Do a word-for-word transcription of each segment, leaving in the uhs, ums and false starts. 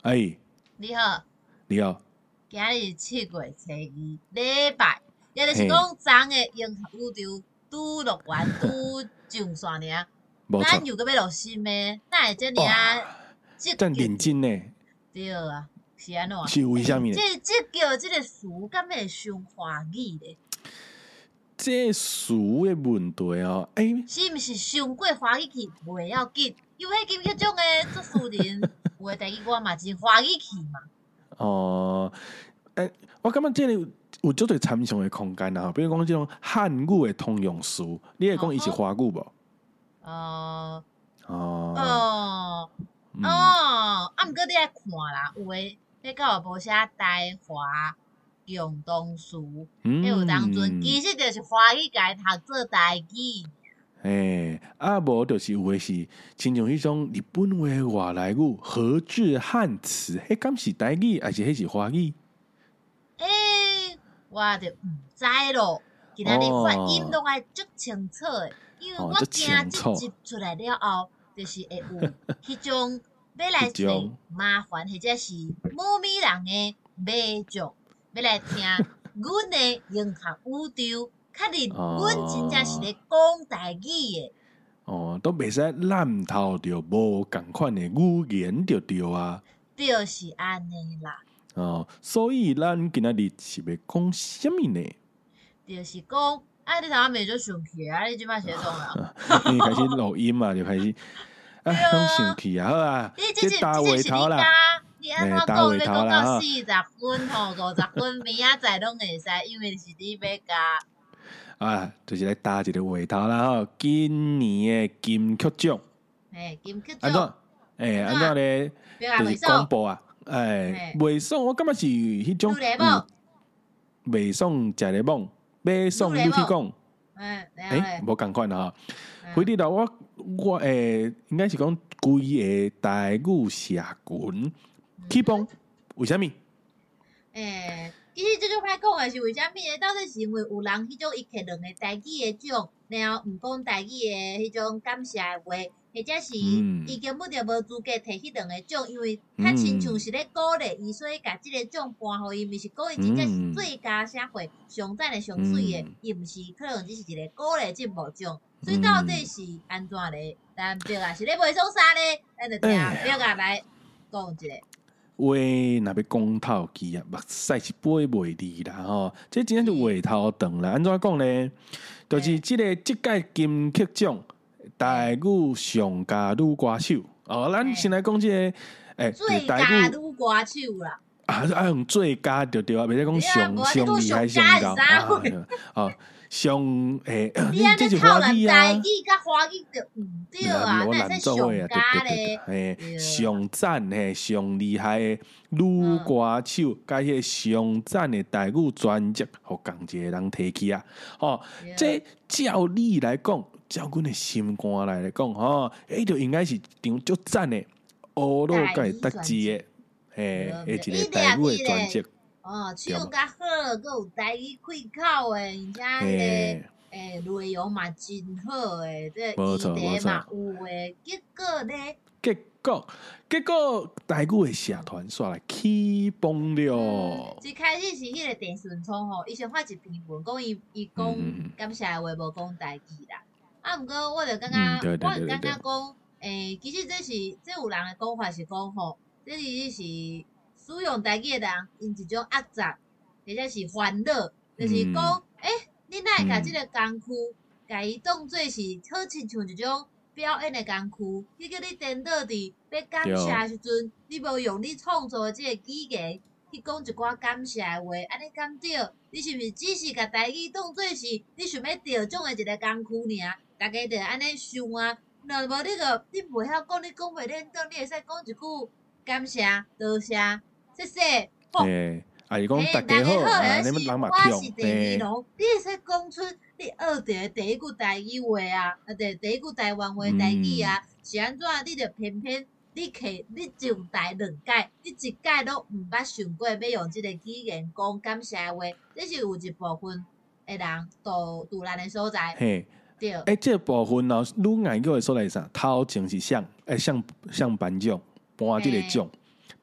哎， 你好， 你好， 今日七月初二，礼拜，也就是嘿， 讲昨个银河宇宙拄录完拄上线尔， 没错， 咱又搁要录新的，哪会这尔啊哇， 积这样认极？ 真呢， 对啊，是安怎？ 是为什诶、 么呢？ 这这叫这个词敢会伤华语咧？ 这词的问题哦，哎、 是毋是伤过华语去袂要紧？因为迄迄种诶作词人有诶，第一我嘛真华语去嘛。 哦、哎、我感觉这里有足多参详的空间啊，比如讲这种汉语的通用词，你会讲伊是哦吼， 华语无？ 哦、 哦、 哦。哦， 嗯， 啊，毋过你爱看啦，有诶，迄个有无写台华用动词，迄有当阵嗯， 其实就是华语家读做台语。 诶、啊无就是有诶是，亲像迄种日本话外来语和制汉词，迄敢是台语还是迄是华语？ 诶、我就毋知咯。今仔日发音哦， 拢爱足清楚诶，因为哦， 我足惊即清楚， 集出来了后，就是会有迄种要来找迄种。 麻烦，或者是母咪人诶马种，要来听阮诶银河宇宙，确认阮真正是哦咧讲台语诶。 哦，都袂使烂透着无共款的语言就对啊。 就是安尼啦， 哦，所以咱今仔日是要讲什么呢？ 就是讲，啊，你头仔袂就生气啊？你即摆是咧创啥？ 因为开始录音嘛，就开始啊， 对拢生啊。 气啊，好啊， 你即这大是即是是你家， 回头啦， 你安怎诶，大讲要回头啦哈。 讲到四十分吼，五十分明仔载拢会使，因为是你要加。 啊，就是来打一个回头啦吼。今年的金曲奖嘿，金曲安怎？ 奖诶、 安怎？ 安怎咧？ 表达就是袂爽， 公布啊，诶、 嘿， 袂爽，我感觉是迄种愈来有无， 袂爽食咧懵，买愈爽来无， 愈去讲。 嗯，然后诶、 咧， 无共款啦吼。回嗯日啦，我我诶、应该是讲规个台语社群起嗯哼。 崩，为虾米？ 诶，其实即种歹讲诶是为虾米咧？到底是因为有人迄种伊摕两个台语诶奖，然后毋讲台语诶迄种感谢诶话，或者是伊嗯根本就无资格摕迄两个奖，因为较亲像嗯是咧鼓励伊，所以甲即个奖颁互伊，毋是讲伊真正是嗯最佳社会上赞诶上水诶， 嗯伊毋是可能只是一个鼓励进步奖。所以到底嗯， 是安怎咧？咱表啊是咧卖创啥咧？咱就听诶、 表啊来讲一下。 话若要讲透去啊，目屎是飞袂离啦吼。这真正是是， 话头长啦。安怎讲呢？就是诶即、个即届金曲奖台诶语上佳女歌手哦。咱先诶。 来讲即、个，诶、就是最台语佳女歌手啦， 啊，爱用最佳对对啊，袂使讲对啊，无上啊，你讲上厉害上佳是上高啥货？ 啊哦，上诶， 你安尼你这是套人华语啊。 台语甲华语就毋对啊， 我那会使上难做伙啊，对佳对对对， 咧， 嘿， 对啦， 上赞嘿，上厉害的女嗯， 歌手，甲迄个上赞的台语专辑，互共一个人提起啊。吼、 对， 这照你来讲，照阮的心肝来来讲，吼、迄就应该是一张足赞的，乌鲁台甲会语专辑， 得志的， 对嘿， 对， 一个一台语的定一专辑， 个，哦， 对无？ 唱甲好，佮有台语开口诶，而且迄个嘿， 诶内容嘛真好诶，这无议题嘛错无错。 有诶，结果咧， 结果，结果台语的社团煞来起崩嗯， 了。 一开始是迄个郑顺聪吼，伊先发一篇文，讲伊伊讲嗯感谢的话无讲台语啦。啊，毋过我就感嗯， 觉， 对对我就感对对对， 觉讲，诶、其实这是这有人的讲法是讲吼，这是是使用台语的人因一种压榨，或者是烦恼，就是嗯讲，诶、你哪会甲即嗯个工区，甲伊当做是好亲像一种表演的工区，去叫你颠倒伫要感谢对， 的时阵，你无用你创造的即个语言。去讲一寡感谢的话，安尼敢对？你是毋是只是甲台语当做是你想要得奖的一个工区尔？大家就安尼想啊。若无你个你袂晓讲，你讲袂认得，你会使讲一句感谢、多谢、谢谢，吼。 诶，啊是讲大嘿，大家好家好， 啊，你们是人嘛我是强， 第二诶， 龙，你会使讲出你学到的第一句台语话啊，啊，第第一句台湾话台语嗯， 啊，是安怎？你着偏偏你摕你上台两届，你一届都毋捌想过要用即个语言讲感谢的话，这是有一部分的人都杜烂的所在， 嘿， 对， 诶，这部分哦，愈研究的所在是啥？头前是向诶向向颁奖颁即个嘿， 奖，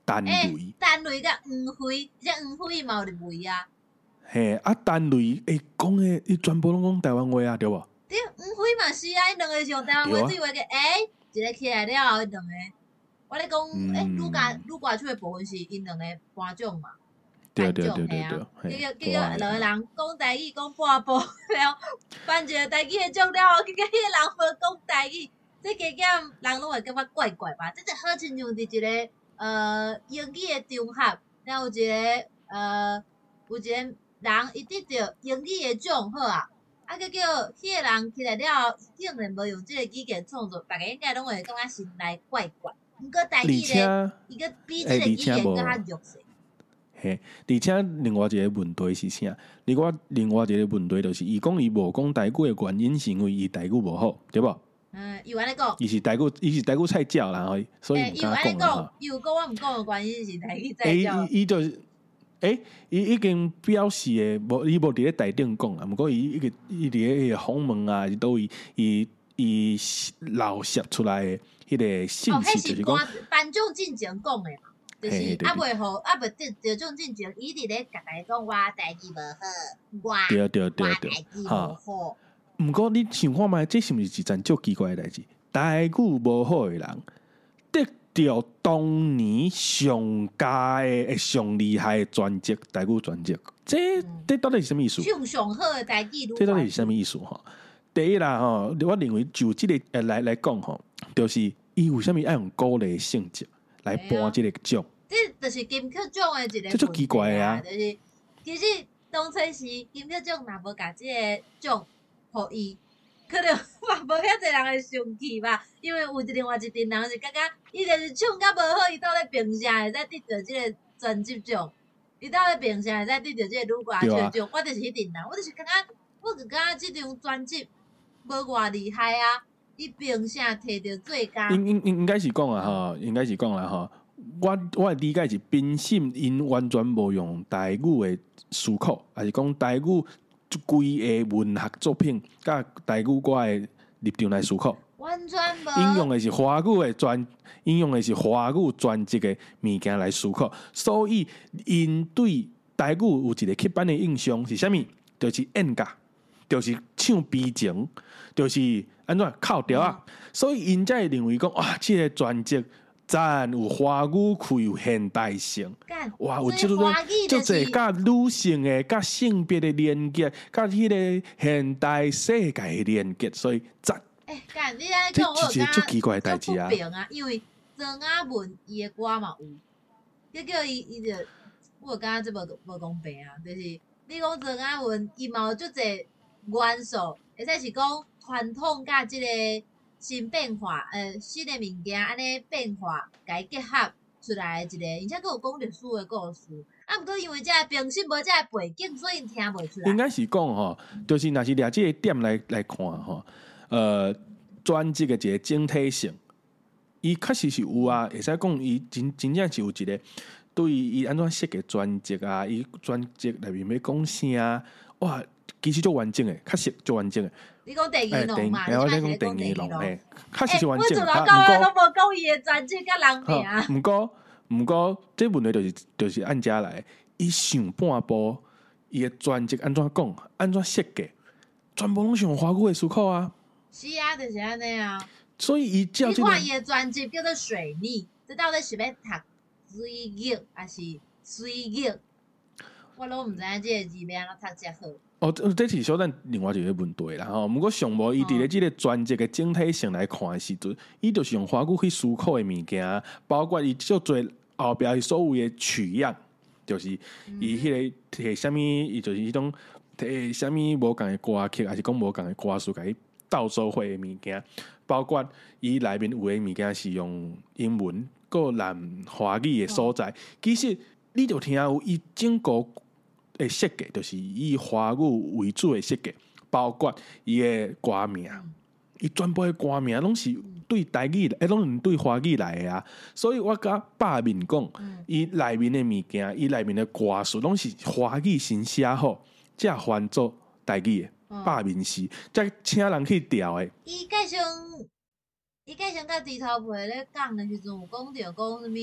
单诶、 类， 单类甲黄灰，这黄灰嘛有入围啊。 嘿啊单类诶讲诶，伊全部拢讲台湾话啊，对无？ 对，黄灰嘛是啊，伊两个是用台湾话对啊， 对话嘅。诶、一个起来了后，伊两个，我咧讲，诶、愈加嗯， 愈歌手的部分是因两个颁奖嘛。 对颁奖对对对对， 系啊，结嘿， 果结果大个啊， 两个人讲台语讲半步了，颁一个台语的奖了后，结果迄个人无讲台语，这加减人拢会感觉怪怪吧？这就好亲像伫一个呃英语的场合，然后有一个呃有一个人伊得着英语的奖好啊，啊结果迄个人起来了后，伊竟然无用即个语言创作，大家应该拢会感觉心内怪怪。毋过台而语咧， 且伊个比即诶， 个语而且言更较无。 弱势。 嘿，而且另外一个问题是啥？另外另外一个问题就是，伊讲伊无讲台语的原因，是因为伊台语无好，对无？ 嗯，伊有安尼讲， 伊是台语，伊是台语菜鸟啦，所以诶， 毋伊有安尼敢讲啦。 讲，伊有讲我毋讲的原因是台语在诶， 叫， 伊伊就是诶，伊已经表示诶，无伊无伫咧台顶讲啦。毋过伊伊个伊伫咧迄个访问啊，是倒伊伊伊漏泄出来诶迄个信哦， 息， 迄就是是讲， 颁颁奖进前讲的嘛，就是嘿，对对啊袂互啊袂得得奖进前，伊伫咧甲大家讲我台语无好，我对对我对对， 台语无哈。 好， 毋过你想看觅，这是毋是一件足奇怪诶代志？台语无好诶人，得着当年上佳诶、上厉害诶专辑，台语专辑，这嗯， 这到底是什么意思？ 唱上好的台语愈这到底传愈， 是什么意思？吼，第一啦，吼，我认为就即、个呃来来讲吼，就是伊为什么爱用鼓励性质来颁即个奖？ 这就是金曲奖的一个这足奇怪的啊问题就是其实当初时金曲奖若无甲即个奖互伊，可能嘛无遐侪人会生气吧，因为有一另外一群人是感觉伊就是唱甲无好，伊倒咧凭啥会使得到即个专辑奖？伊倒咧凭啥会使得到即个女歌手奖？我就是迄群人，我就是感觉，我就感觉即张专辑无偌厉害啊！伊凭啥摕到最佳？ 应应应该是讲啊，吼，应该是讲啦，吼。我我的理解是，宾信因完全无用台语的思考，还是讲台语规个文学作品，甲台语歌的立场来思考。 完全无。 引用的是华语的专，引用的是华语专辑的物件来思考，所以因对台语有一个刻板的印象是啥物？就是演歌，就是唱悲情，就是安怎靠调啊。嗯、所以因才会认为讲，哇，这个专辑赞有华语区有现代性，哇，有即种即侪甲女性的、甲性别的连接，甲迄个现代世界的连接，所以赞。 诶，干、欸，你安尼讲，我有感觉足不平啊，因为张雅文伊的歌嘛有，结果伊伊就，我有感觉这无无公平啊，就是你讲张雅文伊嘛有足侪元素，会使是讲传统甲即个新变化，呃，新的物件安尼变化，甲伊结合出来的一个，而且佫有讲历史的故事。啊，毋过因为这个平时无这个背景，所以听袂出来。 应该是讲吼，就是若是掠即个点来来看吼。呃，专辑的一个整体性，伊确实是有啊，会使讲伊真真正是有一个对伊安怎设计专辑啊，伊专辑内面要讲啥，哇，其实足完整诶，确实足完整诶。 你讲第二龙嘛？ 我讲第二龙诶，确实是完整。 我从头到尾都无讲伊诶专辑甲人名。 毋过毋过，这问题就是就是按遮来，伊上半部伊诶专辑安怎讲，安怎设计，全部拢是用华语诶思考啊。 是啊，就是安尼啊。 所以伊照这个，你看伊的专辑叫做《水逆》，这到底是要读水逆还是水逆？我拢毋知影这个字要安怎读才好。 哦，这是小咱另外一个问题啦吼。不过上无伊伫咧即个专辑的整体性来看的时阵，伊、哦、就是用华语去思考的物件，包括伊足侪后壁伊所有的取样，就是伊迄个摕啥物，伊就是迄种摕啥物无共的歌曲，还是讲无共的歌词，甲伊倒做伙的物件，包括伊内面有的物件是用英文、个南华语的所在。哦、其实你就听有伊整个的设计，就是以华语为主的设计，包括伊的歌名，伊全部的歌名拢是对台语来，拢是对华语来的啊。所以我甲百面讲，伊内面的物件，伊内面的歌词拢是华语先写好，才翻做台语的。百面是，才请人去调诶。 伊介绍，伊介绍甲猪头皮咧讲的时阵，有讲着讲什物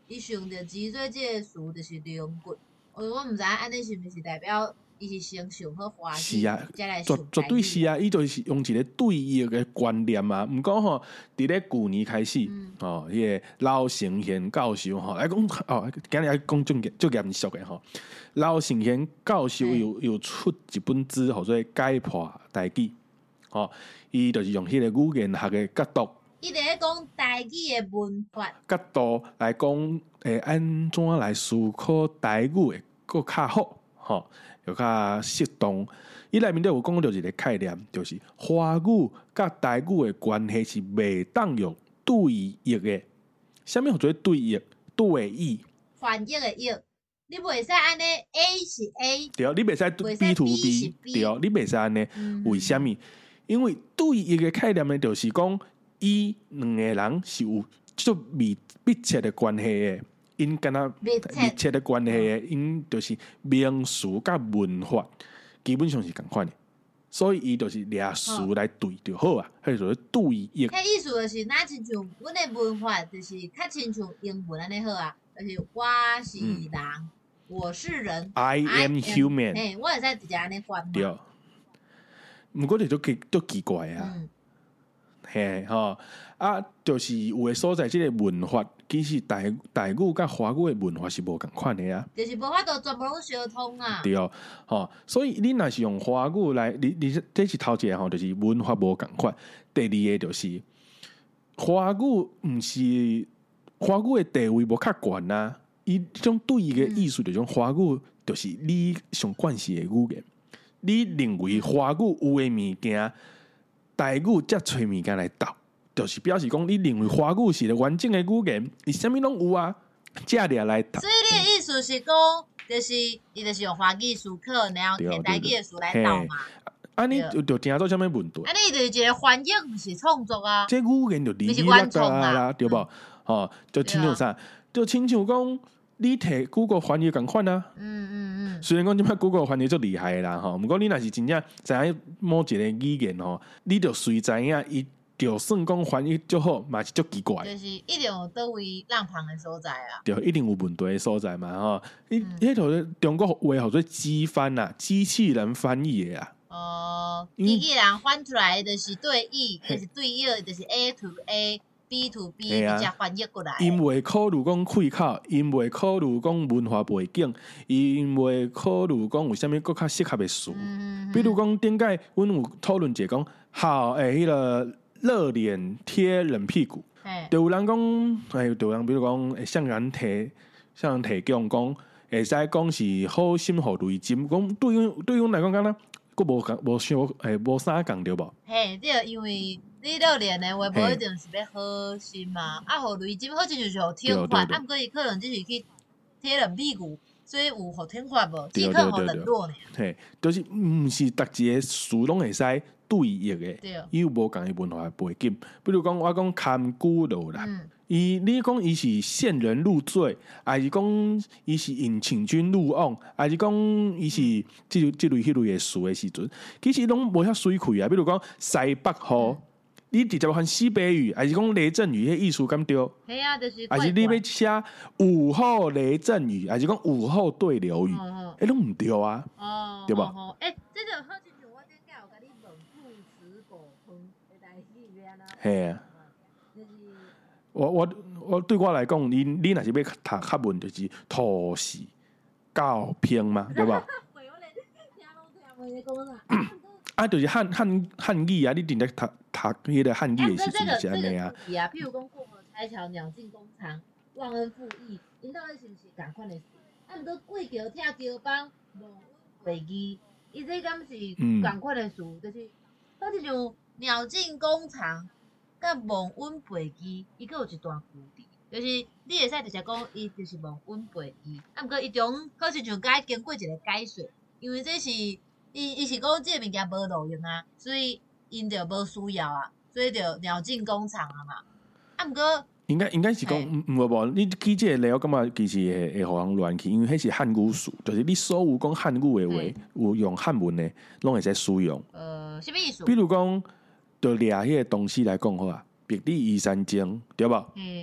伊想着字做即个词就是龙骨，我我毋知影安尼是毋是代表伊是先想好华语， 是啊， 才来绝绝想台语对是啊，伊就是用一个对译的观念啊。毋过吼，伫咧旧年开始， 嗯哦，迄、个老成贤教授吼，来讲哦，今日来讲足严足严肃的吼。老成贤教授有有出一本书，叫做《解破台语》，吼，伊就是用迄个语言学的角度。 伊伫咧讲台语的文化， 角度来讲，诶，安怎来思考台语会搁较好，吼，又较适当。伊内面都有讲到一个概念，就是华语甲台语的关系是袂当用对译的。啥物叫做对译？对译。 翻译的译，你袂使安尼 A 是 A， 对，你袂使 B to B， 对，你袂使安尼。为虾米？因为对译的概念呢，就是讲。伊两个人是有足密密切的关系的，因敢若密切的关系的，因就是民俗甲文化基本上是共款的，所以伊就是掠词来对就好啊，迄就是对译。 迄意思就是哪亲像阮的文化，就是较亲像英文安尼好啊，就是我是人，嗯、我是人 ，I am human， 嘿，我会使直接安尼翻嘛。 对，毋过就都奇都奇怪啊。嗯嘿吼啊，就是有诶所在，即个文化其实台台语甲华语诶文化是无共款诶啊， 就是无法度全部拢相通啊。 对哦，吼，所以你若是用华语来，你你这是头一个吼，就是文化无共款。第二个就是华语毋是华语诶地位无较悬啊，伊即种对伊诶意思，就种华语就是你上惯势诶语言，你认为华语有诶物件。台语才找物件来斗，就是表示讲，你认为华语是个完整的语言，伊啥物拢有啊，才掠来斗。 所以你的意思是讲，就是伊就是用华语词课，然后摕台语的词来斗嘛。 安尼就就听做啥物问题？ 安尼就是一个翻译，毋是创作啊。 这语言就离离原创啦，对无？吼，就亲像啥？就亲像讲。你摕 Google 翻译共款啊，嗯嗯嗯。虽然讲即摆 Google 翻译足厉害啦吼，毋过你若是真正知影某一个语言吼，你着随知影伊就算讲翻译足好，嘛是足奇怪。 就是一定有倒位浪旁的所在啊。 对，一定有问题的所在嘛吼。伊迄套中国话叫做机翻啦，机器人翻译的啊。 哦，机器人翻出来就是对译，就是对译，就是 A to A。B to B 直接翻译过来， 因为考虑讲开口，因为考虑讲文化背景，因为考虑讲有啥物更较适合的词。嗯、比如讲，顶届阮有讨论者讲，好诶，迄个热脸贴冷屁股，就有人讲，诶，就有人比如讲，会向人提，向人提供讲，会使讲是好心互雷针，讲对于对于阮来讲，敢若佫无共无相诶无啥共对无？ 嘿，对，因为。你热脸的话，无一定是要好心嘛。啊，互雷针好心就是互天发，啊，毋过伊可能只是去贴冷屁股，所以有互天发无，即可互冷落呢。 嘿，就是毋是逐一个词拢会使对译的，伊有无共伊文化背景。比如讲，我讲看古路啦，伊、嗯、你讲伊是陷人入罪，还是讲伊是引请君入瓮，还是讲伊是即即类迄类的词的时阵，其實拢无遐水氣啊。比如講西北雨。嗯你直接翻西北雨，还是讲雷阵雨？迄意思敢对？ 系啊，就是。 还是你要写午后雷阵雨，还是讲午后对流雨？哎，拢唔对啊，对吧？ 哎，这个好清楚，我顶下有甲你问副词果汤的代志安怎？ 系啊。我我我对我来讲，你你若是要读课文，就是土是教偏嘛，对吧？啊，就是汉汉汉语啊，你定得读读迄个汉语的时阵是安尼啊。 是啊，譬如讲过河拆桥、鸟尽弓藏、忘恩负义，因到底是毋是共款的事？啊，毋过过桥、拆桥帮、忘恩背义，伊这敢是共款的事？嗯、就是好似像鸟尽弓藏、甲忘恩背义，伊佫有一段故事，就是你会使直接讲，伊就是忘恩背义。啊，毋过伊中好似像该经过一个改水，因为这是。伊伊是讲即个物件无路用啊，所以因着无需要啊，所以着鸟尽弓藏啊嘛。啊，毋过应该应该是讲，毋无无，你记即个例，我感觉其实会会互人乱去，因为迄是汉语词，就是你所有讲汉语的话，有用汉文的，拢会使使用。 呃，什么意思？ 比如讲，就掠迄个东西来讲好啊，白帝移山经，对无？嗯。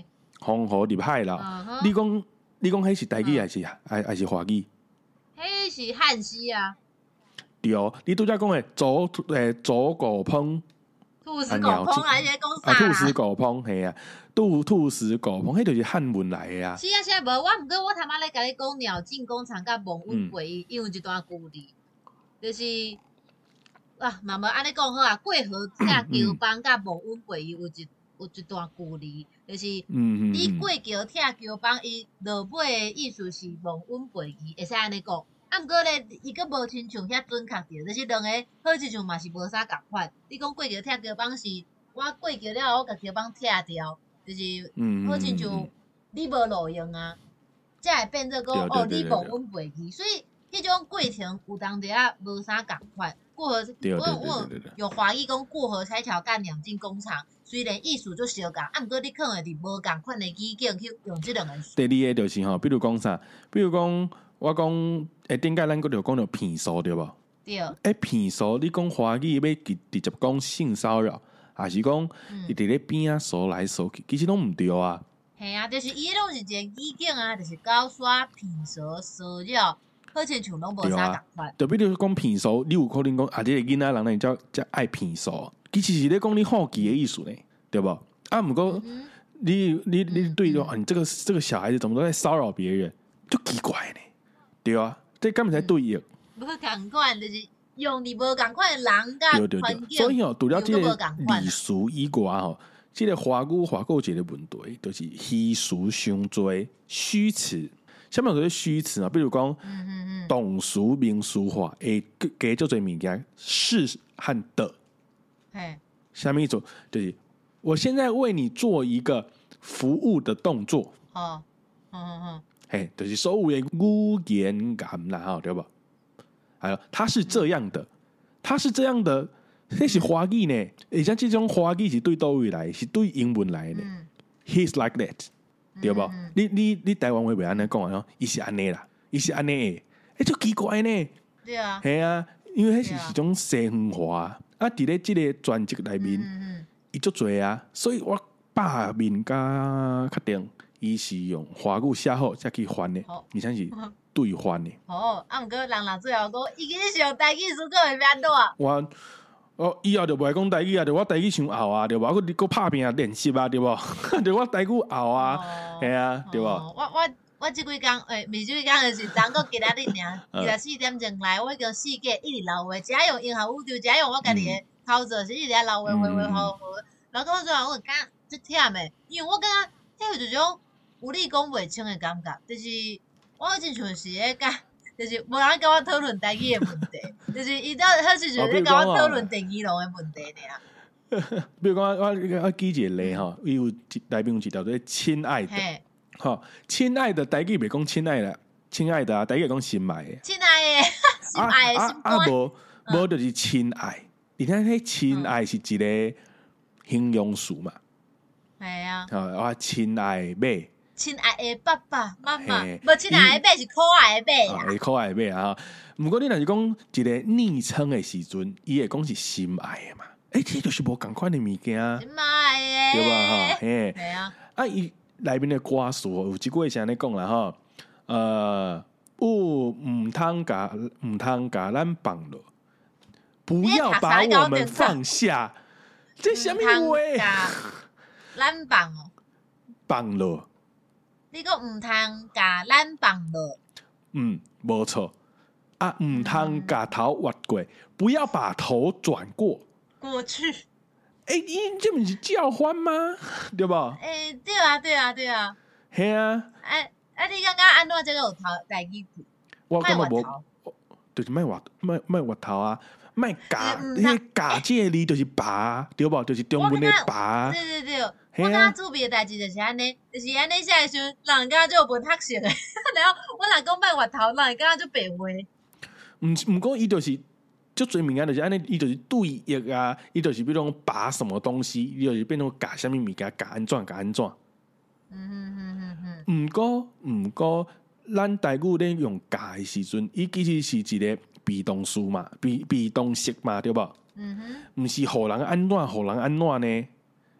风雨入海啦。 嗯哼你讲你讲迄是台语还是还还是华语？ 迄是汉诗啊， 对哦，你拄则讲诶，左诶左狗烹兔死狗烹啊，迄个讲啊，兔啥啦？ 死狗烹嘿啊，兔兔死狗烹，迄就是汉文来诶啊。 是啊是啊，无我毋过我头仔咧甲你讲鸟尽工厂甲蒙温回忆，因为一段故事，就是啊，慢慢安尼讲好啊，过河拆桥帮甲蒙温回忆有一有一段故事，就是嗯嗯嗯， 你过桥拆桥帮伊落尾诶意思是蒙温回忆，会使安尼讲。啊，毋过咧，伊佫无亲像遐准确着，就是两个好亲像嘛是无啥共款。你讲过桥拆桥帮是，我过桥了后，我甲桥帮拆掉，就是嗯好亲像你无路用啊，才会变做讲哦，你无阮袂去，所以迄种过程有当地啊无啥共款。过河，我我有怀疑讲过河拆桥甲两进工厂，虽然意思就相共，啊，毋过你可能伫无共款的语境去用即两个词。 第二个就是吼，比如讲啥，比如讲我讲诶，顶解咱个就讲到骗术对无？ 对。 诶，骗术你讲华语要直直接讲性骚扰，还是讲伊伫咧边啊搜来搜去，其实拢毋对啊。 系啊，就是伊拢是一个语境啊，就是搞耍骗术骚扰。好亲像拢无啥共款， 就比如讲骗术，你有可能讲啊，这个囡仔人呢，叫叫爱骗术，其实是咧讲你好奇的意思呢，对不？啊，不过、嗯、你你你对着、嗯啊、你这个这个小孩子怎么都在骚扰别人，就奇怪呢，对啊，这根本才对应。 无共款，就是用伫无共款的人甲环境， 所以哦，除了这个礼俗以外吼，这个华语华语一个问题，就是虚俗伤多，虚词。什么叫做虚词啊？比如讲，动词、名词化，会加做侪物件，是和的。什么意思？就是我现在为你做一个服务的动作。哦，嗯嗯嗯，嘿，就是所有的语言感啦，哈，对吧？还有，他是这样的，他是这样的，这是华语呢。而且这种华语是对倒位来，是对英文来的。嗯、He's like that。对不？嗯、你你你台湾话袂安尼讲啊？伊是安尼啦，伊是安尼诶，诶，就奇怪呢。对啊，系啊，因为迄是一種西方話啊。伫咧即個專輯內面，伊足濟啊，所以我百面加確定，伊是用華語寫好才去翻的，而且是對翻的。 哦，啊，毋過人人最後講，伊其實是用台語書講會變安怎？ 我。哦，以後就袂講台語啊，就我台語傷拗啊，對吧？我佫拍拼練習啊，對吧？就我台語拗啊，係啊，對吧？ 我我我即幾工誒，未即幾工就是昨個今仔日爾，二十四點鐘來，我已經四個一直留話，只用英語語調，只用我家己嘅操作，是一直留話，回回好好。然後到最後我感覺足忝誒，因為我感覺迄有一種有你講袂清嘅感覺，就是我真像是咧甲。就是無人跟我討論台語的問題，就是伊到好似就是跟我討論電語龍的問題爾。 比如講我我我舉一個例吼，伊有內面有一條做親愛的，吼，親愛的台語袂講親愛的，親愛的啊，台語講心愛的。親愛的，心愛的，心愛。啊啊無無就是親愛，你睇迄親愛是一個形容詞嘛。係啊。吼，我親愛買。 親愛的爸爸媽媽，無親愛的馬是可愛的馬啊， 係可愛的馬啊。毋過你若是講一個昵稱的時陣，伊會講是心愛的嘛？誒，這就是無共款的物件， 心愛的， 對吧？哈，嘿， 係啊。 啊，伊內面的歌詞有一句話是安尼講啦，吼，呃，勿唔通甲唔通甲咱放落，不要把我們放下，這什麼話？ 咱放哦， 放落。 你個唔通甲咱放落， 嗯，冇錯啊，唔通甲頭挖過，不要把頭轉過過去。誒、 欸，你這不是叫喚嗎？對吧？ 誒、欸，對啊，對啊，對啊。 係啊。 誒、啊，啊，你剛剛安怎這個有頭台語句？ 我感覺無，就是賣挖，賣賣挖頭啊，賣假，迄假這個字就是拔，對吧？就是中文的拔。 對對對。我感覺主筆的代志就是安尼，就是安尼寫的時候，人人感覺就有文學性的。然後我若講賣滑頭，人人感覺就白話。 唔唔過伊就是足最物件，就是安尼，伊就是對譯啊，伊就是比如講拔什麼東西，伊就是變成假什麼物件，假安怎假安怎。嗯嗯嗯嗯嗯。唔過唔過，咱台語咧用假的時陣，伊其實是一個被動詞嘛，被被動式嘛，對吧？嗯哼。唔是互人安怎，互人安怎呢？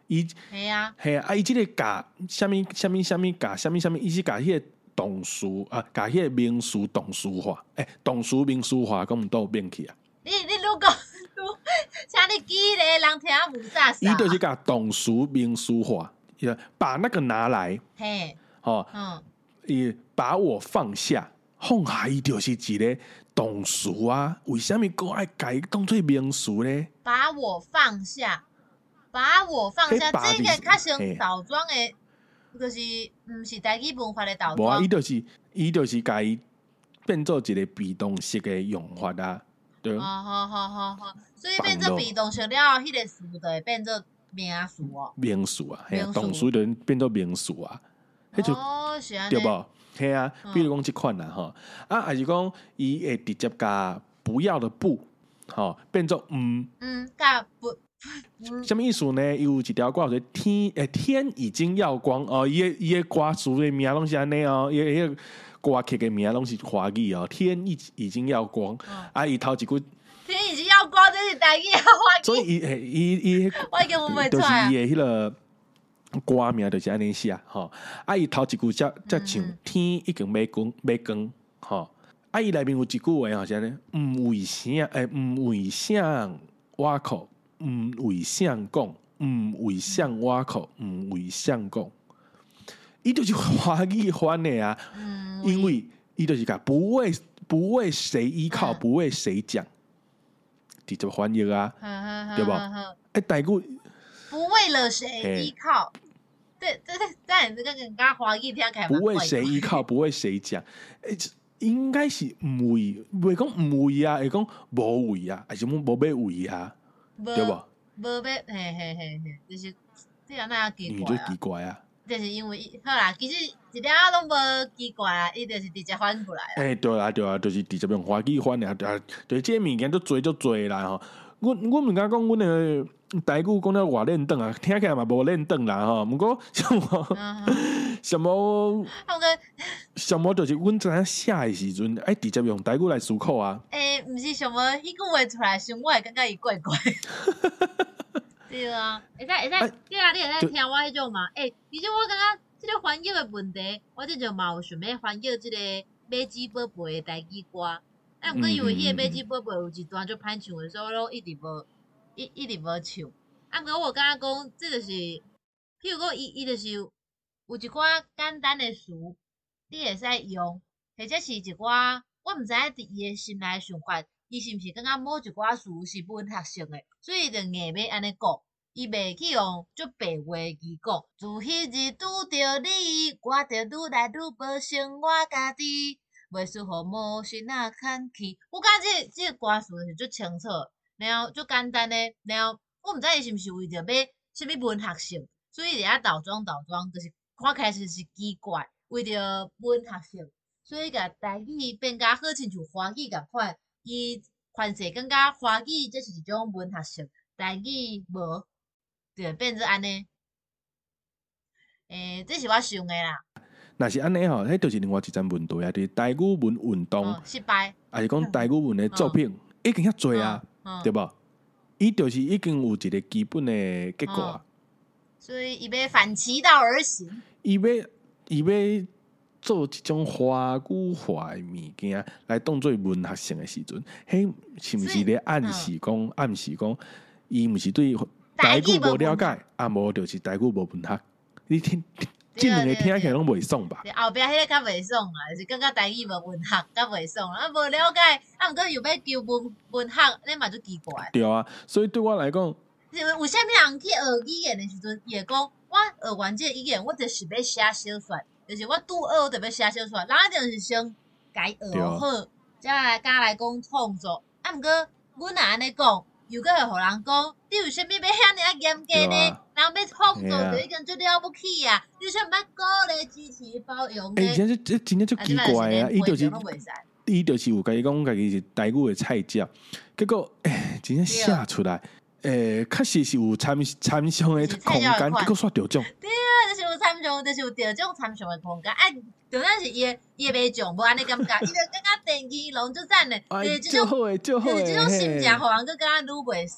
伊系啊， 嘿啊，伊即个甲虾米虾米虾米甲虾米虾米，伊是甲迄个动词啊，甲迄个名词动词化，诶、欸，动词名词化，咁毋倒变去啊？ 你你如果请你记咧，人听无啥啥。 伊就是甲动词名词化，把那个拿来， 嘿， 哦， 嗯， 伊把我放下，放下伊就是一个动词啊，为什么佫爱甲伊当做名词咧？ 把我放下，把我放下，这个较像倒装的，就是毋是台语文化的倒装。 无啊，伊就是伊就是甲伊变做一个被动式的用法啊，对。 好好好好好，所以变做被动式了，迄个词就会变做名词哦。 名词啊，嘿，动词就变做名词啊，迄就哦，是安尼， 对无？嘿啊，比如讲即款啦吼，啊，还是讲伊会直接甲不要的不，吼，变做嗯嗯，甲不。 什么意思呢？有一条歌说天诶、欸、天已经要光哦，伊伊个歌词的名拢是安尼哦，伊迄个歌曲的名拢是华语哦。天已已经要光，嗯、啊，伊头一句天已经要光，这是台语啊，华语。 所以伊诶伊伊， 我已经有袂出啊，就是伊的迄个歌名就是安尼写吼。啊，伊头一句才才唱、嗯、天已经要光要光吼。啊，伊内面有一句话吼，是安尼，毋为啥诶，毋为啥我靠。毋为相讲，毋为相挖口，毋为相讲，伊就是华语翻的啊。嗯、因为伊就是讲不为不为谁依靠，嗯、不为谁讲，直接翻译啊，嗯、对吧？哎，台语不为了谁依靠，对对对，在你这个跟刚华语听起来不为谁依靠，不为谁讲，哎，应该是毋为，袂讲毋为啊，会讲无为啊，还是讲无要为啊？对吧？ 无要，嘿嘿嘿嘿，就是这样那样奇怪啊。 就奇怪啊。 就是因为好啦，其实一点仔拢无奇怪啊，伊就是直接翻过来啊。 诶、欸，对啊对啊，就是直接用华语翻啊，就是这物件都做就做啦吼。阮阮毋敢讲阮诶台语讲了偌练转啊，听起来嘛无练转啦吼。毋过什么什么，什么就是阮知影写诶时阵，爱直接用台语来思考啊。 诶、欸，毋是什么迄句话出来，想我会感觉伊怪怪。对啊，会使会使，对啊，你会使听我迄种嘛？诶、欸，其实我感觉即个翻译诶问题，我即阵嘛有想要翻译即个马子宝贝诶台语歌。啊，毋过因为迄个马子宝贝有一段就歹唱诶，所以我都一直无一一直无唱。啊，毋过我感觉讲，即就是，譬如讲伊伊就是有一寡简单诶词，你会使用，或者是一寡我毋知影伫伊诶心内想法，伊是毋是感觉某一寡词是文学性诶，所以就硬要安尼讲，伊袂去用足白话语讲。自迄日拄着你，我着愈来愈无想我家己。袂输互无心啊看去，我感觉这这个歌词是足清楚，然后足简单诶，然后我毋知伊是毋是为着要啥物文学性，所以伫遐倒装倒装，就是看起来就是奇怪，为着文学性，所以甲台语变甲好亲像华语共款，伊传说感觉华语这是一种文学性，台语无，就变做安尼。诶、欸，这是我想诶啦。 若是安尼吼，迄就是另外一阵问题啊，就是台语文运动， 哦、失败， 还是讲台语文的作品、哦、已经遐侪啊，哦、对无？伊就是已经有一个基本的結果啊、哦， 所以伊要反其道而行， 伊要伊要做一種華語化的物件來當做文學性的時陣，迄是毋是咧暗示講、嗯、暗示講，伊毋是對台語無了解，啊無就是台語無文學，你聽。即兩個聽起來攏袂爽吧？ 後壁迄個較袂爽啊，就是感覺台語無文學，較袂爽啊，無了解，啊，毋過又要求文文學，你嘛就奇怪。 對啊，所以對我來講， 有啥物人去學語言的時陣，伊會講，我學完這個語言，我就是要寫小說，就是我拄學我就要寫小說，人一定是先家學好，才來甲來講創作。啊，毋過阮若安尼講，又閣會互人講，你為啥物要遐爾啊嚴格呢？人要創作就已經最了不起啊！你說毋捌鼓勵支持包容呢？ 誒，真真真真真足奇怪啊！伊就是伊就是有家己講家己是台語的菜鳥，結果誒真正寫出來，誒確實是有參參詳的空間，結果煞得獎。 對啊，就是有參詳，就是有得獎參詳的空間。哎，重點是伊伊袂獎，無安尼感覺，伊就感覺電視龍就讚嘞。 哎，就好誒，就好誒。 就是這種心情，互人佫感覺愈袂爽。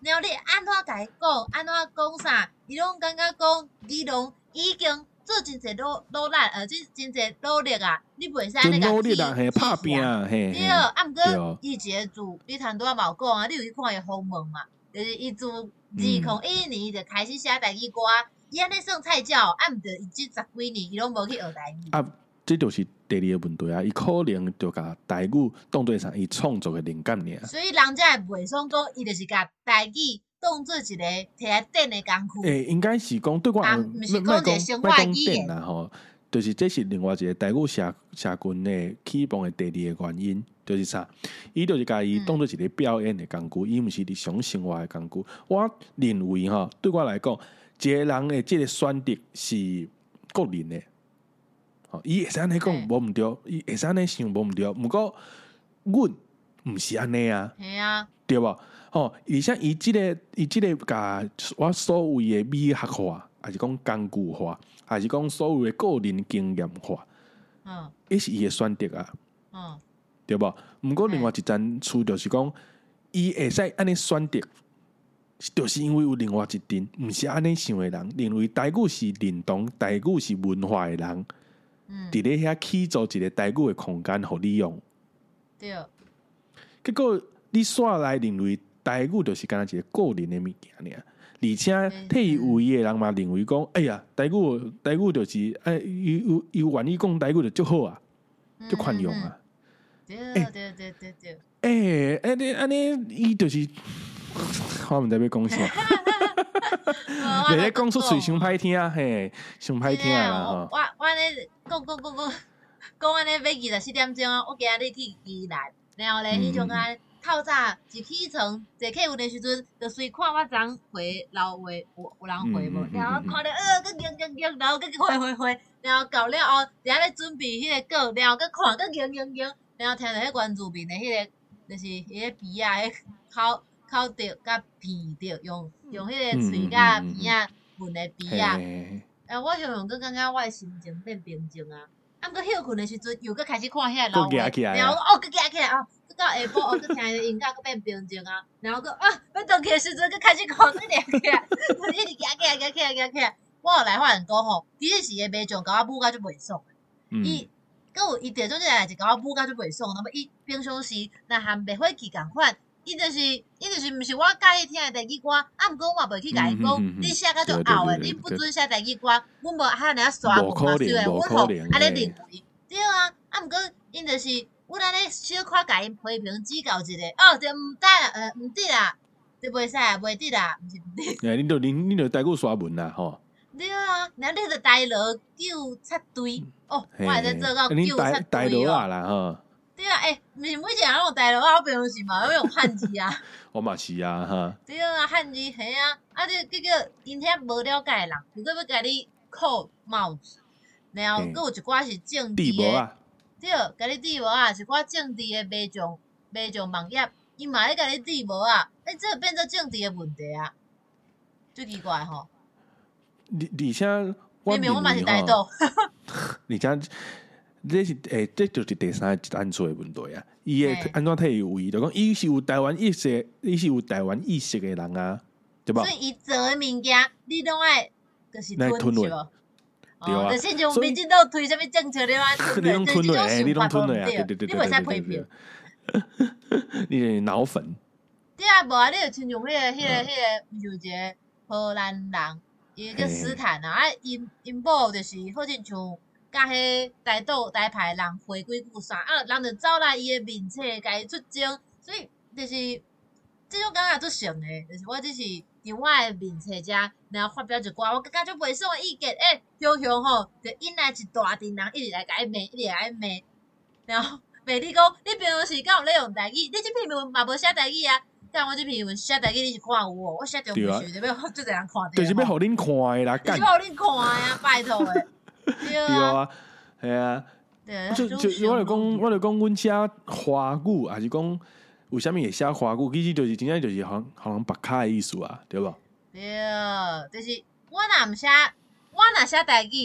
然后你安怎甲伊讲，安怎讲啥，伊拢感觉讲伊拢已经做真侪努努力，呃，真真侪努力啊，你袂使安尼甲努力啊，嘿，拍拼啊， 啊，嘿， 对，啊，毋过对伊一个字，你头拄仔嘛有讲啊，你有去看伊访问嘛？就是伊自二零一一年就开始写台语歌，伊安尼算菜鸟，啊，毋着伊即十几年伊拢无去学台语。 啊，这就是第二个问题啊！伊可能就甲台语当做啥伊创作的灵感尔。 所以人才会袂爽讲，伊就是甲台语当做一个摕来电的工具。 诶、欸，应该是讲对我， 啊，毋是讲一个生活语言啦吼，就是这是另外一个台语社社群的起步的第二个原因，就是啥？伊就是甲伊当做一个表演的工具，伊毋、嗯、是日常生活的工具。我认为吼，对我来讲，一个人的即个选择是个人的。伊会使安尼讲无毋对，伊会使安尼想无毋对，毋过阮毋是安尼啊， 系啊， 对无？吼，而且伊即、這個伊即個甲我所谓的美學化，還是講工具化，還是講所謂的個人經驗化，嗯，迄是伊的選擇啊，嗯，對無？毋過另外一層處就是講，伊會使安尼選擇，就是因為有另外一陣，毋是安尼想的人，認為台語是認同台語是文化的人。伫咧遐起造一個台語的空間，互你用。 對。 結果你煞來認為台語就是干那一個個人的物件爾，而且替有位的人嘛認為講，哎呀，台語台語就是哎，伊有伊願意講台語就足好啊，足寬容啊。 對對對對對。 誒，安尼安尼，伊就是，我毋知要講啥。你咧講出嘴傷歹聽嘿，傷歹聽啦吼。 我我咧講講講講講安尼要二十四點鐘啊！我今日去宜蘭，然後咧迄種啊透早一起床坐客運的時陣，就隨看我昨回老話有有人回無，然後看到呃，佮贏贏贏，然後佮回回回，然後到了後，佇遐咧準備迄個稿，然後佮看佮贏贏贏，然後聽到迄原住民的迄個，就是迄個鼻啊，迄口。口着甲鼻着，用用迄個喙甲鼻仔聞的鼻仔，誒，我常常佫感覺我的心情變平靜啊。啊，毋過休困的時陣，又佫開始看遐老話，然後哦，佫夾起來哦，佫到下晡哦，佫聽伊音樂佫變平靜啊。然後佫啊，要倒去的時陣，佫開始看佫夾起來，一直夾起來，夾起來，夾起來。我後來發現講吼，其實是個賣醬甲我母甲就袂爽。伊佫有伊着種即個代誌甲我母甲就袂爽，那麼伊平常時若含賣火氣共款。伊就是，伊就是毋是我介意聽的台語歌，啊，毋過我嘛袂去甲伊講，你寫甲足拗的，你不准寫台語歌，阮無遐爾刷文嘛，雖然阮吼安尼認為，對啊，啊，毋過因就是，阮安尼小可甲因批評指教一下，哦，就毋得，呃，毋得啦，就袂使啊，袂得啦，毋是毋得。 誒，你著你你著台語刷文啦，吼。 對啊，然後你著台羅糾察隊，哦，我會使做到糾察隊哦。 台羅啊啦，吼。 對啊，誒、欸，毋是每一個人攏有台羅啊，我平常時嘛，我用漢字啊。 我嘛是啊，哈。 對啊，漢字係啊，啊，你結果因遐無了解的人，如果要甲你扣帽子，然後佫有一寡是政治的，對，甲你治無啊，是寡政治的賣醬賣醬網頁，伊嘛咧甲你治無啊，誒，這變做政治的問題啊，最奇怪吼。 而而且， 明明我嘛是台獨。 而且。這是誒、欸，這就是第三個單詞的問題啊！伊會安怎替伊位，就講伊是有台灣意識，伊是有台灣意識嘅人啊，對吧？ 所以伊做嘅物件，你攏愛就是吞是無？ 對啊， 就親像民進黨推啥物政策，你愛吞落， 你攏吞落，你攏吞落啊！對對對對對對對，你係腦粉。 對啊，無啊，你就親像迄個、迄個、迄個，毋是有一個荷蘭人，伊叫斯坦啊，啊，因因某就是好像像。甲迄台獨台派人回幾句啥啊，人就走來伊的面冊，甲伊出征，所以就是這種感覺足像誒，就是我只是佇我誒面冊遮，然後發表一寡我感覺足袂爽誒意見，誒、欸，向向吼，就引來一大群人一直來甲伊罵，一直來甲伊罵，然後罵你講，你平常時敢有咧用台語？你這篇文嘛無寫台語啊？但我這篇文寫台語，你是看有無？我寫中文字，就要足儕人看到。 就是要互恁看誒啦， 就是要互恁看誒啊，拜託誒。對啊，係啊，就就我就講，我就講，阮寫華語，還是講為蝦米會寫華語？其實就是真正就是好好人白卡的意思啊，對無？ 對，就是我若毋寫，我若寫台語，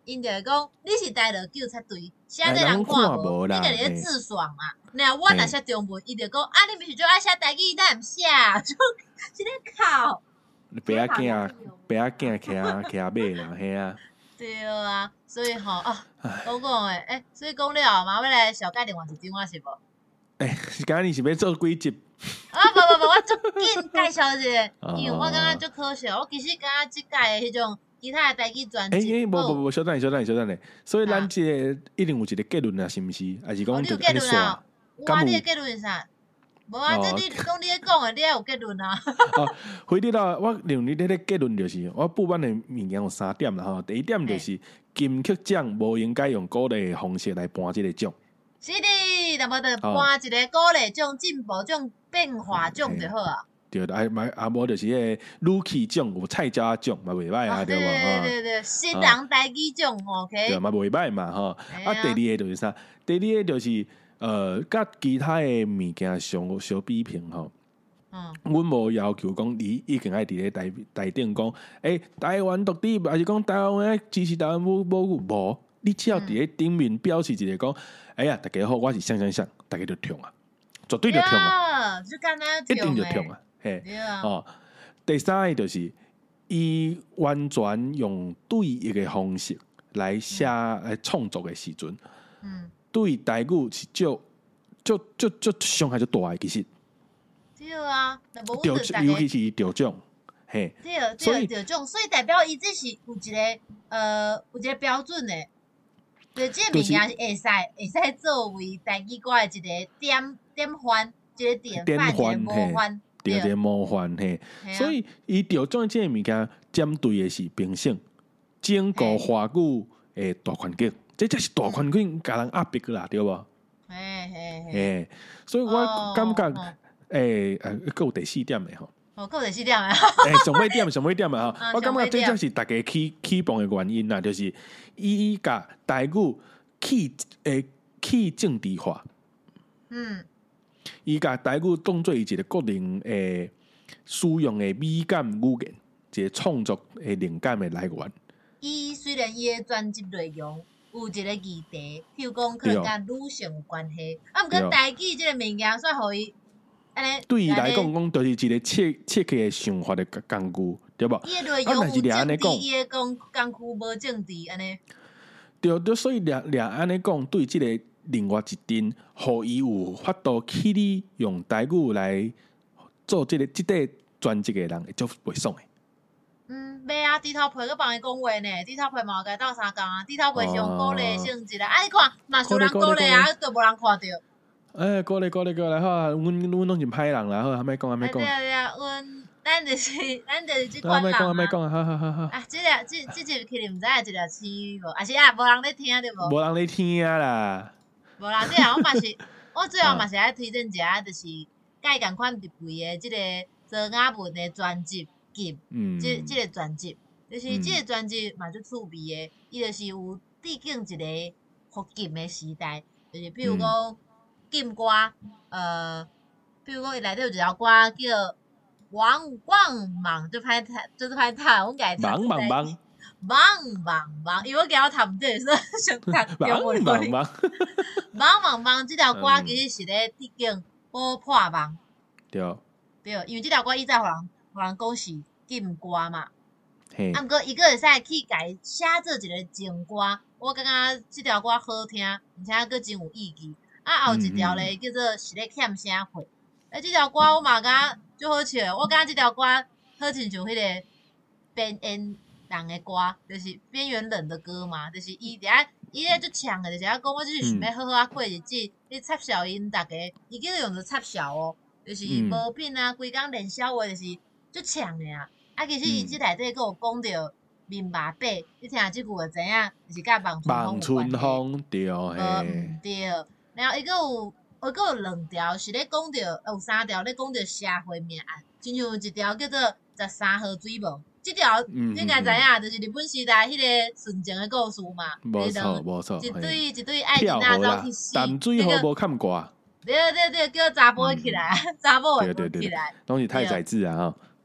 因就会讲你是台着警察队，写这人看无，你家咧自爽嘛。那我若写中文，伊就讲啊，你毋是就爱写台语，咱毋写，就真咧哭。 白仔囝，白仔囝骑骑马啦，嘿啊。 对啊，所以吼啊，我讲诶，诶，所以讲了嘛，要来小解另外一张我是无？ 诶，今日是要做几集？ 啊，无无无，我足紧介绍一个，因为我感觉足可惜，我其实感觉即届诶迄种其他诶台语专辑， 诶诶，无无无，小等下，小等下，小等下，所以咱即个一定有一个结论啊，是毋是？还是讲就安尼煞？ 我你诶结论是啥？无啊，这你讲你咧讲诶，你也有结论啊。 哦，回滴到我认为你咧结论就是，我部分诶物件有三点啦吼。第一点就是金曲奖无应该用鼓励诶方式来颁即个奖。 是的，那么就颁一个鼓励奖、进步奖、变化奖就好啊。 对，啊嘛啊无就是迄个女气奖有菜椒奖嘛袂歹啊，对无？ 对对对，新人台语奖 ，OK。 对嘛袂歹嘛吼。啊，第二个就是啥？第二个就是。呃，甲其他诶物件相相比拼吼，嗯，阮无要求讲，你已经爱伫咧台台顶讲，诶、欸，台湾独立，还是讲台湾诶支持台湾母母语无？你只要伫咧顶面表示一个讲，哎呀，大家好，我是想想想，大家就痛啊，绝对就痛啊， 就干一定就痛啊，嘿，哦，第三个就是伊完全用对一个方式来写来创作诶时阵，嗯。对台语是足足足足伤害足大诶，其实。 对啊， 尤其是得奖，嘿。 对对得奖，所以代表伊这是有一个呃有一个标准诶，对，这个物件是会使会使作为台语歌诶一个典典范，一个典范，一个模范， 对，一个模范嘿。所以伊得奖这个物件针对诶是评审整个华语诶大环境。这才是大环境甲人压迫啦，对无？ 嘿嘿嘿，所以我感觉，诶，诶，佫有第四点诶吼。 哦，佫有第四点诶。 诶，上尾点，上尾点诶吼，我感觉这才是大家起起蹦诶原因啦，就是伊甲台语去诶去政治化。嗯。伊甲台语当做伊一个个人诶使用诶美感语言，一个创作诶灵感诶来源。 伊虽然伊诶专辑内容。有一个议题，譬如讲可能甲女性有关系，啊，毋过台语即个物件算互伊安尼。对伊来讲，讲就是一个切切克诶想法诶工具，对无？ 伊诶内容有政治，伊诶讲工具无政治安尼。 对对，所以掠掠安尼讲，对即个另外一点，互伊有法度去你用台语来做即个即个专辑诶人，会足袂爽诶。 嗯，袂啊，低头皮佮帮伊讲话呢，低头皮嘛有甲斗相共啊，低头皮是用鼓励性质啦，啊，你看嘛是有人鼓励啊，都无人看到。 诶，鼓励鼓励鼓励，好，阮阮拢是歹人啦，好，还没讲，还没讲。 对啊对啊，阮咱就是咱就是即款人啊。还没讲， 还没讲，好好好好。 啊，即个即即集去毋知影一条刺无，啊是啊，无人咧听对无？ 无人咧听啦。 无人即个我嘛是，我最后嘛是爱推荐一下，就是介共款入围诶，即个做雅文诶专辑。嗯，即即个专辑，就是即个专辑嘛，就趣味诶。伊就是有致敬一个福建诶时代，就是譬如讲禁歌，呃，譬如讲伊内底有一条歌叫《汪汪忙》，就歹读，就是歹读，阮家读。 忙忙忙， 忙忙忙，因为我惊我读毋对，所以想读中文。 忙忙忙， 忙忙忙，即条歌其实是咧致敬保破网。 对。 对，因为即条歌伊在互人。互人讲是禁歌嘛，啊，毋过伊个会使去家写做一个情歌，我感觉即条歌好听，而且佫真有意义。啊，还有一条咧叫做是咧欠啥货，啊，即条歌我嘛感觉足好笑，我感觉即条歌好亲像迄个边缘人的歌，就是边缘人的歌嘛，就是伊伫遐伊咧足呛的，就是遐讲我就是想要好好啊过日子，你插小因逐个，伊叫用着插小哦，就是无品啊，规工练小话就是。足呛的啊！啊，其实伊即内底佫有讲着面麻白，你听即句就知影，就是甲望春风对嘿。对，然后伊佫有，伊佫有两条是咧讲着，有三条咧讲着社会命案，亲像有一条叫做十三号水母，即条你应该知影，就是日本时代迄个纯情的故事嘛。 无错，无错。 一对一对爱情啊，走去死。 淡水河无看挂。 对对对，叫查甫起来，查某会起来。 拢是太宰治啊！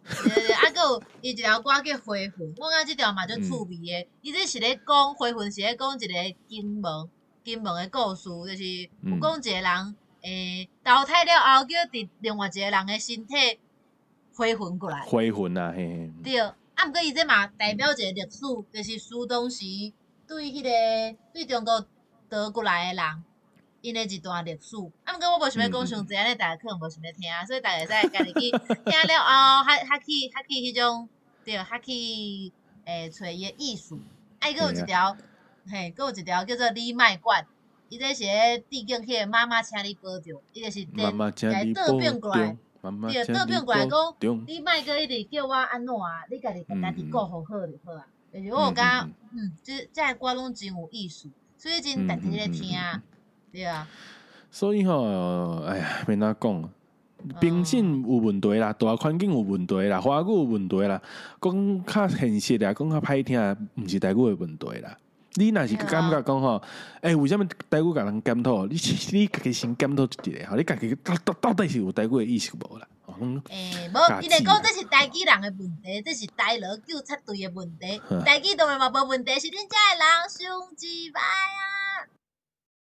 对对，啊，佮有伊一条歌叫《回魂》，我感觉即条嘛足趣味诶。伊这是咧讲回魂，是咧讲一个金门金门诶故事，就是有讲一个人诶投胎了后，叫伫另外一个人诶身体回魂过来。 回魂啊，嘿。 对，啊，毋过伊这嘛代表一个历史，就是苏东时对迄、那个对中国夺过来诶人。因诶一段历史，啊，毋过我无想要讲伤济，安尼大家可能无想要听，所以大家会使家己去听了后，较较去较去迄種，对，較去诶找伊诶意思。啊，伊佫有一條，嘿，佫有一條叫做你莫管，伊這是咧致敬迄個媽媽請你保重，伊就是來倒變過來，對，倒變過來講，你莫閣一直叫我安怎啊，你家己家己顧好好就好啊。就是我有感，嗯，即即個歌攏真有意思，所以真值得咧聽。对啊， 所以吼，哎呀，免哪讲，评审有问题啦，大环境有问题啦，华语有问题啦，讲较现实啦，讲较歹听，毋是台语的问题啦。你若是感觉讲吼，哎、欸，为什么台语甲人检讨？你你家己先检讨一下，吼，你家己到到到底是有台语的意识无啦？ 诶、欸，无，伊来讲这是台语人的问题，这是台劳纠察队的问题，台语当然嘛无问题，是恁遮的人伤鸡掰啊！